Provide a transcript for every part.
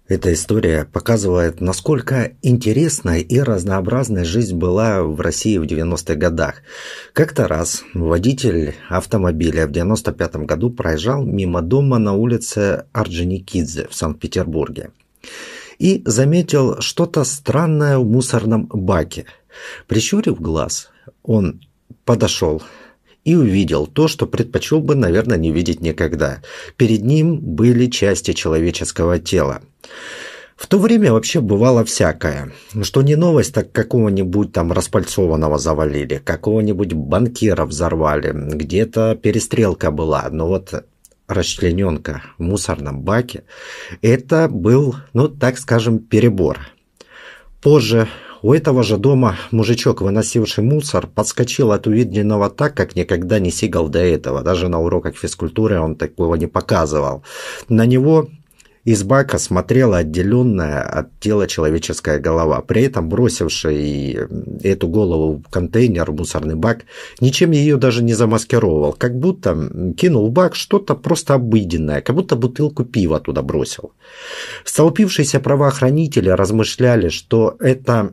Эта история показывает, насколько интересной и разнообразной жизнь была в России в 90-х годах. Как-то раз водитель автомобиля в 95-м году проезжал мимо дома на улице Орджоникидзе в Санкт-Петербурге и заметил что-то странное в мусорном баке. Прищурив глаз, он подошел и увидел то, что предпочел бы, наверное, не видеть никогда. Перед ним были части человеческого тела. В то время вообще бывало всякое. Что не новость, так какого-нибудь там распальцованного завалили, какого-нибудь банкира взорвали, где-то перестрелка была. Но вот расчлененка в мусорном баке – это был, так скажем, перебор. Позже у этого же дома мужичок, выносивший мусор, подскочил от увиденного так, как никогда не сигал до этого. Даже на уроках физкультуры он такого не показывал. На него из бака смотрела отделенная от тела человеческая голова. При этом бросивший эту голову в контейнер, в мусорный бак, ничем ее даже не замаскировал. Как будто кинул в бак что-то просто обыденное, как будто бутылку пива туда бросил. Столпившиеся правоохранители размышляли, что это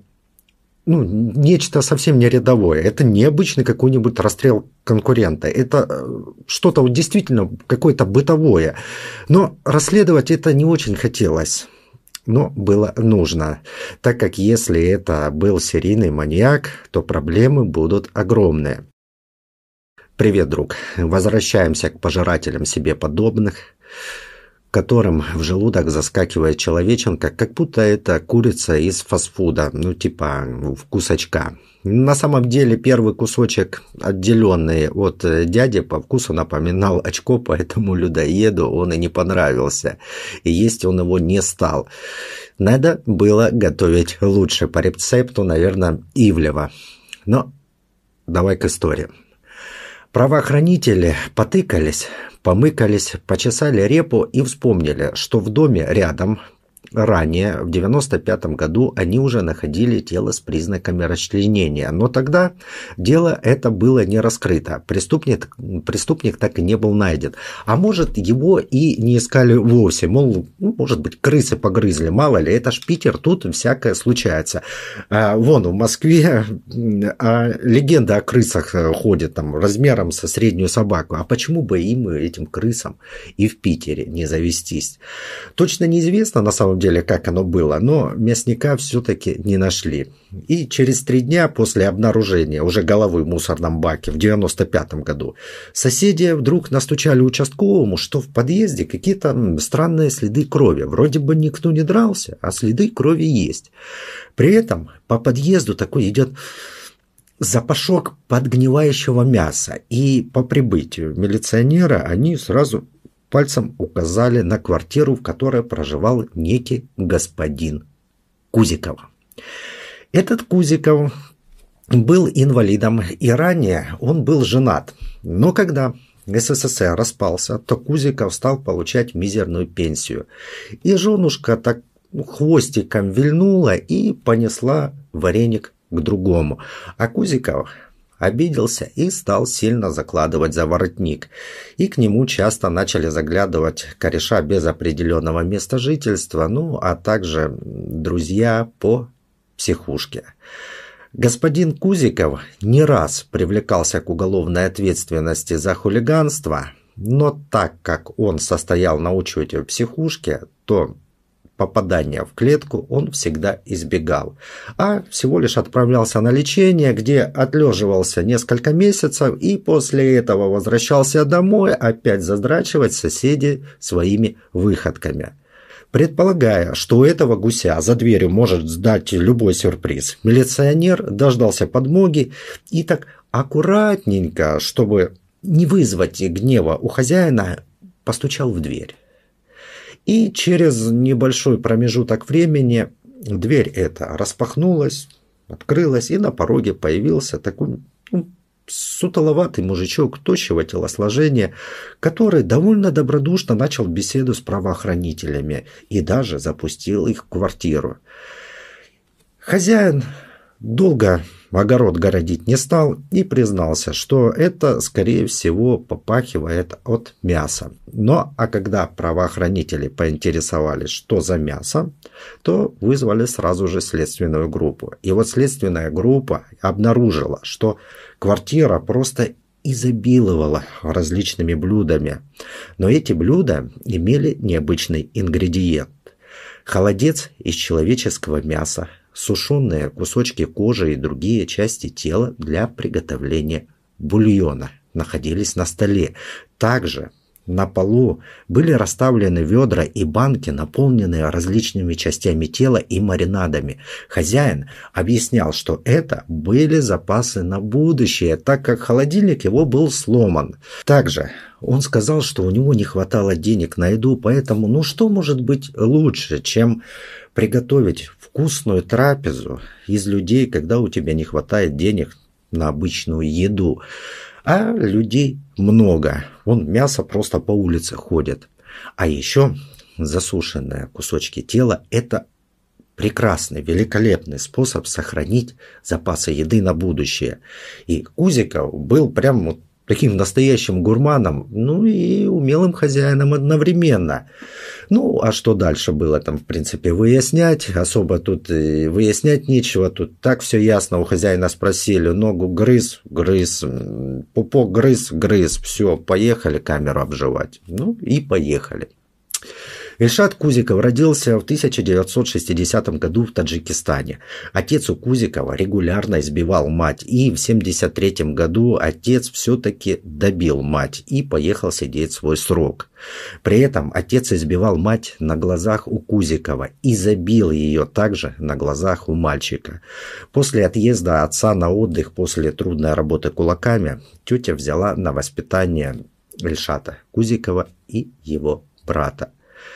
нечто совсем не рядовое. Это не обычный какой-нибудь расстрел конкурента. Это что-то действительно какое-то бытовое. Но расследовать это не очень хотелось. Но было нужно. Так как если это был серийный маньяк, то проблемы будут огромные. Привет, друг. Возвращаемся к пожирателям себе подобных, которым в желудок заскакивает человеченка, как будто это курица из фастфуда, типа вкусачка. На самом деле первый кусочек, отделенный от дяди, по вкусу напоминал очко, поэтому людоеду он и не понравился, и есть он его не стал. Надо было готовить лучше, по рецепту, наверное, Ивлева. Но давай к истории. Правоохранители потыкались, помыкались, почесали репу и вспомнили, что в доме рядом ранее, в 95-м году, они уже находили тело с признаками расчленения. Но тогда дело это было не раскрыто. Преступник так и не был найден. А может, его и не искали вовсе. Мол, может быть, крысы погрызли. Мало ли, это ж Питер, тут всякое случается. Вон в Москве легенда о крысах ходит там размером со среднюю собаку. А почему бы им, этим крысам, и в Питере не завестись? Точно неизвестно, на самом деле, как оно было, но мясника все-таки не нашли. И через 3 дня после обнаружения уже головы в мусорном баке в 95-м году соседи вдруг настучали участковому, что в подъезде какие-то странные следы крови. Вроде бы никто не дрался, а следы крови есть. При этом по подъезду такой идет запашок подгнивающего мяса. И по прибытию милиционера они сразу пальцем указали на квартиру, в которой проживал некий господин Кузиков. Этот Кузиков был инвалидом, и ранее он был женат. Но когда СССР распался, то Кузиков стал получать мизерную пенсию. И женушка так хвостиком вильнула и понесла вареник к другому. А Кузиков обиделся и стал сильно закладывать за воротник. И к нему часто начали заглядывать кореша без определенного места жительства, а также друзья по психушке. Господин Кузиков не раз привлекался к уголовной ответственности за хулиганство, но так как он состоял на учете в психушке, то попадания в клетку он всегда избегал, а всего лишь отправлялся на лечение, где отлеживался несколько месяцев и после этого возвращался домой опять задрачивать соседей своими выходками. Предполагая, что у этого гуся за дверью может ждать любой сюрприз, милиционер дождался подмоги и так аккуратненько, чтобы не вызвать гнева у хозяина, постучал в дверь. И через небольшой промежуток времени дверь эта распахнулась, открылась, и на пороге появился такой сутуловатый мужичок тощего телосложения, который довольно добродушно начал беседу с правоохранителями и даже запустил их в квартиру. Хозяин долго огород городить не стал и признался, что это, скорее всего, попахивает от мяса. А когда правоохранители поинтересовались, что за мясо, то вызвали сразу же следственную группу. И вот следственная группа обнаружила, что квартира просто изобиловала различными блюдами. Но эти блюда имели необычный ингредиент. Холодец из человеческого мяса, сушеные кусочки кожи и другие части тела для приготовления бульона находились на столе. Также на полу были расставлены ведра и банки, наполненные различными частями тела и маринадами. Хозяин объяснял, что это были запасы на будущее, так как холодильник его был сломан. Также он сказал, что у него не хватало денег на еду, поэтому что может быть лучше, чем приготовить вкусную трапезу из людей, когда у тебя не хватает денег на обычную еду. А людей много. Мясо просто по улице ходит. А еще засушенные кусочки тела – это прекрасный, великолепный способ сохранить запасы еды на будущее. И Кузиков был прям таким настоящим гурманом, и умелым хозяином одновременно. А что дальше было там, в принципе, выяснять? Особо тут выяснять нечего. Тут так все ясно. У хозяина спросили, ногу грыз, пупок грыз. Все, поехали камеру обживать. И поехали. Ильшат Кузиков родился в 1960 году в Таджикистане. Отец у Кузикова регулярно избивал мать, и в 1973 году отец все-таки добил мать и поехал сидеть свой срок. При этом отец избивал мать на глазах у Кузикова и забил ее также на глазах у мальчика. После отъезда отца на отдых после трудной работы кулаками тетя взяла на воспитание Ильшата Кузикова и его брата.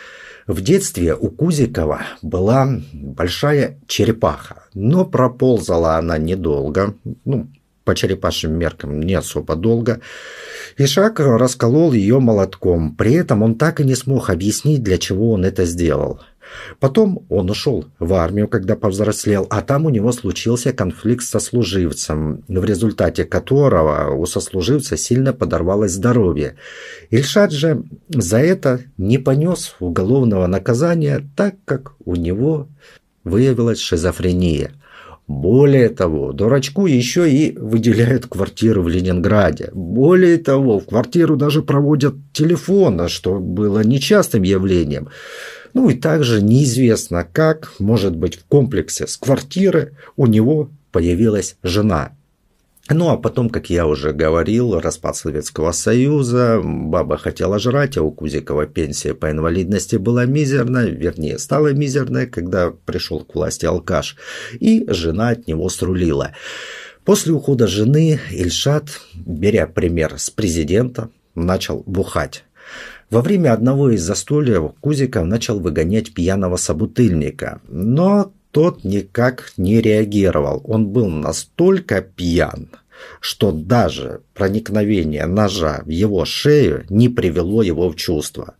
В детстве у Кузикова была большая черепаха, но проползала она недолго, по черепашьим меркам не особо долго. Ишак расколол ее молотком, при этом он так и не смог объяснить, для чего он это сделал. Потом он ушел в армию, когда повзрослел, а там у него случился конфликт с сослуживцем, в результате которого у сослуживца сильно подорвалось здоровье. Ильшат же за это не понес уголовного наказания, так как у него выявилась шизофрения. Более того, дурачку еще и выделяют квартиру в Ленинграде. Более того, в квартиру даже проводят телефон, что было нечастым явлением. И также неизвестно, как, может быть, в комплексе с квартиры у него появилась жена. А потом, как я уже говорил, распад Советского Союза, баба хотела жрать, а у Кузикова пенсия по инвалидности была мизерная, вернее, стала мизерной, когда пришел к власти алкаш, и жена от него срулила. После ухода жены Ильшат, беря пример с президента, начал бухать. Во время одного из застольев Кузиков начал выгонять пьяного собутыльника, но тот никак не реагировал. Он был настолько пьян, что даже проникновение ножа в его шею не привело его в чувство.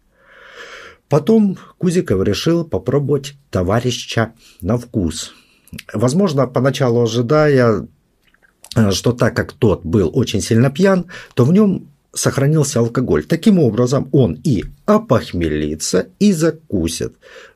Потом Кузиков решил попробовать товарища на вкус. Возможно, поначалу ожидая, что так как тот был очень сильно пьян, то в нем сохранился алкоголь. Таким образом, он и опохмелится, и закусит.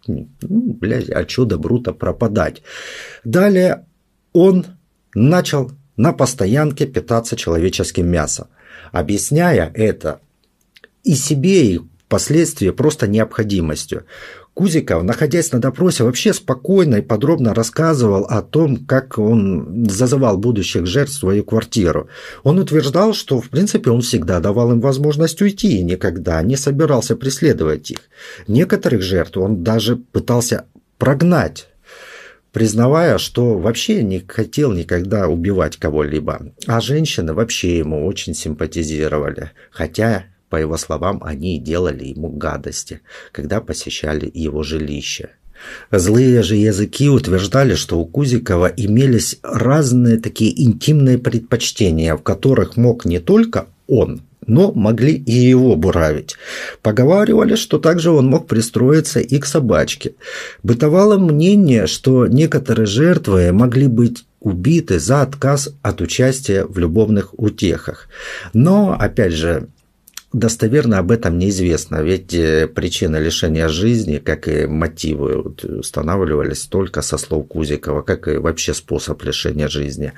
А что добру-то пропадать? Далее он начал на постоянке питаться человеческим мясом, объясняя это и себе, и впоследствии просто необходимостью. Кузиков, находясь на допросе, вообще спокойно и подробно рассказывал о том, как он зазывал будущих жертв в свою квартиру. Он утверждал, что, в принципе, он всегда давал им возможность уйти и никогда не собирался преследовать их. Некоторых жертв он даже пытался прогнать, признавая, что вообще не хотел никогда убивать кого-либо. А женщины вообще ему очень симпатизировали, хотя, по его словам, они делали ему гадости, когда посещали его жилище. Злые же языки утверждали, что у Кузикова имелись разные такие интимные предпочтения, в которых мог не только он, но могли и его буравить. Поговаривали, что также он мог пристроиться и к собачке. Бытовало мнение, что некоторые жертвы могли быть убиты за отказ от участия в любовных утехах. Но, опять же, достоверно об этом неизвестно, ведь причины лишения жизни, как и мотивы, устанавливались только со слов Кузикова, как и вообще способ лишения жизни.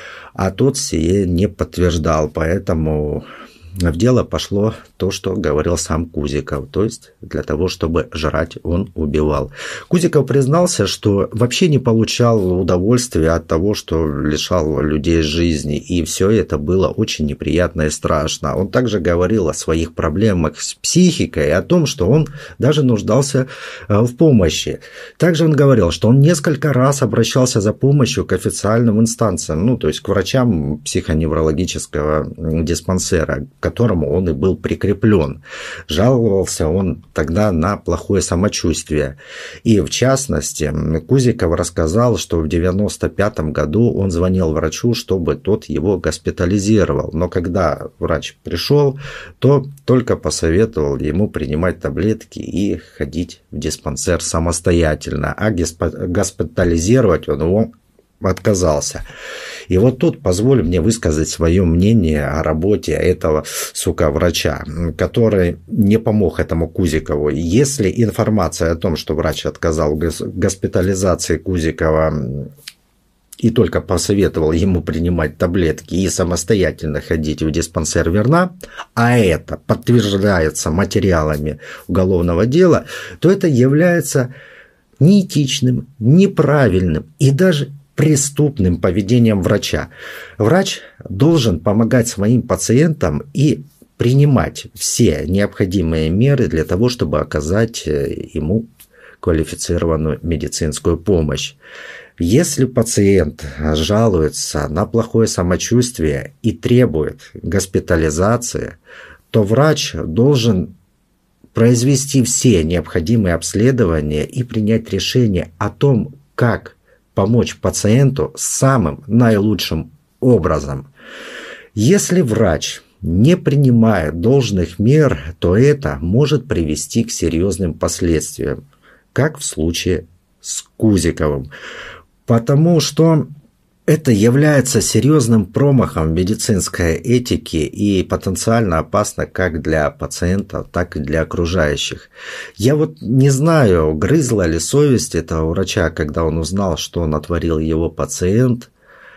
А тот сие не подтверждал, поэтому в дело пошло то, что говорил сам Кузиков, то есть для того, чтобы жрать, он убивал. Кузиков признался, что вообще не получал удовольствия от того, что лишал людей жизни, и все это было очень неприятно и страшно. Он также говорил о своих проблемах с психикой, о том, что он даже нуждался в помощи. Также он говорил, что он несколько раз обращался за помощью к официальным инстанциям, то есть к врачам психоневрологического диспансера, к которому он и был прикреплен. Жаловался он тогда на плохое самочувствие. И в частности, Кузиков рассказал, что в 1995 году он звонил врачу, чтобы тот его госпитализировал. Но когда врач пришел, то только посоветовал ему принимать таблетки и ходить в диспансер самостоятельно. А госпитализировать он его отказался. И вот тут позволь мне высказать свое мнение о работе этого, врача, который не помог этому Кузикову. Если информация о том, что врач отказал в госпитализации Кузикова и только посоветовал ему принимать таблетки и самостоятельно ходить в диспансер, верна, а это подтверждается материалами уголовного дела, то это является неэтичным, неправильным и даже преступным поведением врача. Врач должен помогать своим пациентам и принимать все необходимые меры для того, чтобы оказать ему квалифицированную медицинскую помощь. Если пациент жалуется на плохое самочувствие и требует госпитализации, то врач должен произвести все необходимые обследования и принять решение о том, как помочь пациенту самым наилучшим образом. Если врач не принимает должных мер, то это может привести к серьезным последствиям, как в случае с Кузиковым. Потому что это является серьезным промахом медицинской этики и потенциально опасно как для пациентов, так и для окружающих. Я не знаю, грызла ли совесть этого врача, когда он узнал, что натворил его пациент,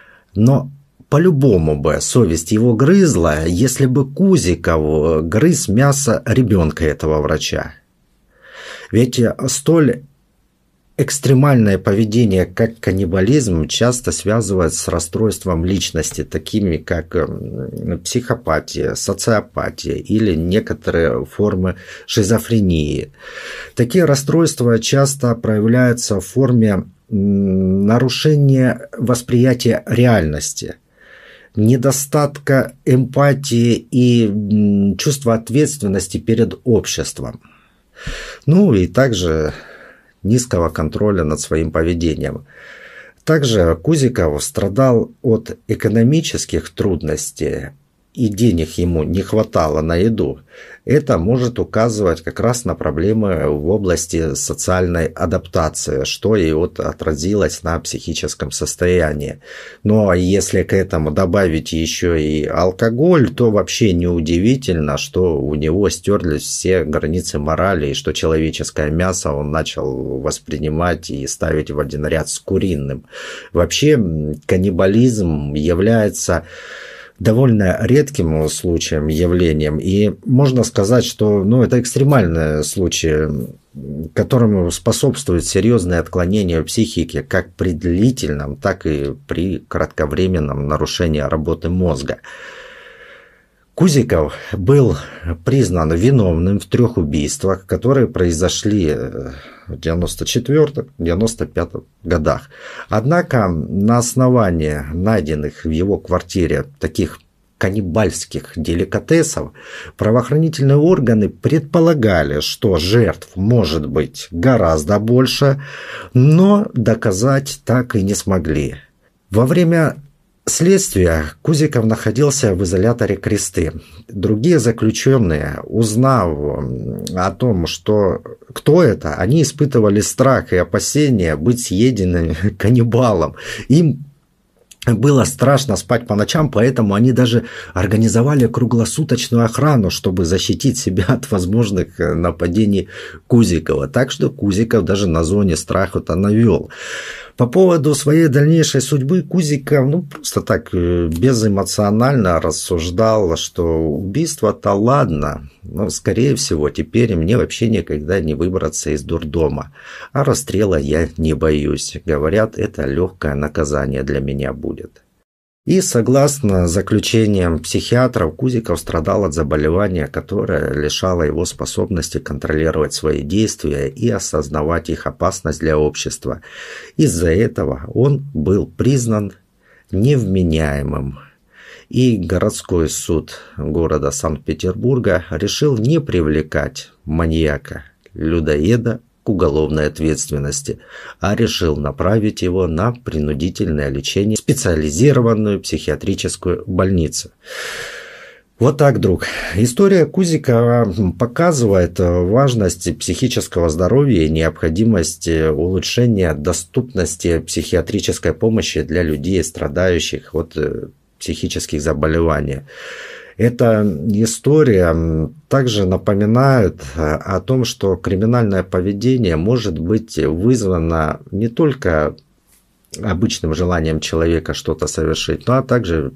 но по-любому бы совесть его грызла, если бы Кузиков грыз мясо ребенка этого врача. Ведь столь экстремальное поведение, как каннибализм, часто связывают с расстройством личности, такими как психопатия, социопатия или некоторые формы шизофрении. Такие расстройства часто проявляются в форме нарушения восприятия реальности, недостатка эмпатии и чувства ответственности перед обществом. И также низкого контроля над своим поведением. Также Кузиков страдал от экономических трудностей, и денег ему не хватало на еду. Это может указывать как раз на проблемы в области социальной адаптации, что и отразилось на психическом состоянии. Но если к этому добавить еще и алкоголь, то вообще неудивительно, что у него стерлись все границы морали, и что человеческое мясо он начал воспринимать и ставить в один ряд с куриным. Вообще каннибализм является довольно редким случаем, явлением, и можно сказать, что это экстремальные случаи, которому способствует серьезное отклонение психики как при длительном, так и при кратковременном нарушении работы мозга. Кузиков был признан виновным в 3 убийствах, которые произошли в 1994-1995 годах. Однако на основании найденных в его квартире таких каннибальских деликатесов правоохранительные органы предполагали, что жертв может быть гораздо больше, но доказать так и не смогли. Во время следствия Кузиков находился в изоляторе Кресты. Другие заключенные, узнав о том, кто это, они испытывали страх и опасения быть съеденными каннибалом. Им было страшно спать по ночам, поэтому они даже организовали круглосуточную охрану, чтобы защитить себя от возможных нападений Кузикова. Так что Кузиков даже на зоне страха-то навел. По поводу своей дальнейшей судьбы Кузиков просто так безэмоционально рассуждал, что убийство-то ладно, но, скорее всего, теперь мне вообще никогда не выбраться из дурдома. А расстрела я не боюсь. Говорят, это легкое наказание для меня будет. И согласно заключениям психиатров, Кузиков страдал от заболевания, которое лишало его способности контролировать свои действия и осознавать их опасность для общества. Из-за этого он был признан невменяемым. И городской суд города Санкт-Петербурга решил не привлекать маньяка-людоеда к уголовной ответственности, а решил направить его на принудительное лечение в специализированную психиатрическую больницу. Вот так, друг. История Кузикова показывает важность психического здоровья и необходимость улучшения доступности психиатрической помощи для людей, страдающих от психических заболеваний. Эта история также напоминает о том, что криминальное поведение может быть вызвано не только обычным желанием человека что-то совершить, но также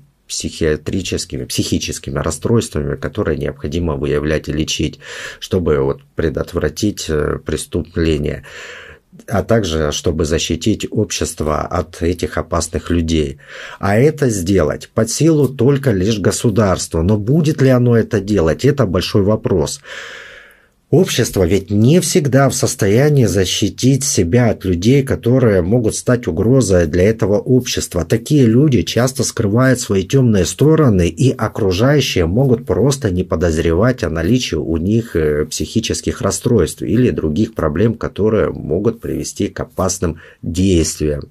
психическими расстройствами, которые необходимо выявлять и лечить, чтобы предотвратить преступление, а также чтобы защитить общество от этих опасных людей. А это сделать под силу только лишь государству. Но будет ли оно это делать, это большой вопрос. Общество ведь не всегда в состоянии защитить себя от людей, которые могут стать угрозой для этого общества. Такие люди часто скрывают свои темные стороны, и окружающие могут просто не подозревать о наличии у них психических расстройств или других проблем, которые могут привести к опасным действиям.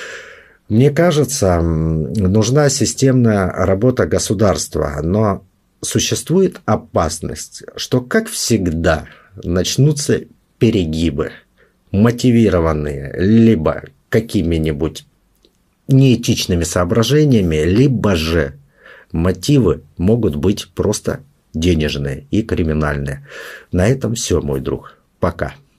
Мне кажется, нужна системная работа государства, но существует опасность, что, как всегда, начнутся перегибы, мотивированные либо какими-нибудь неэтичными соображениями, либо же мотивы могут быть просто денежные и криминальные. На этом все, мой друг. Пока.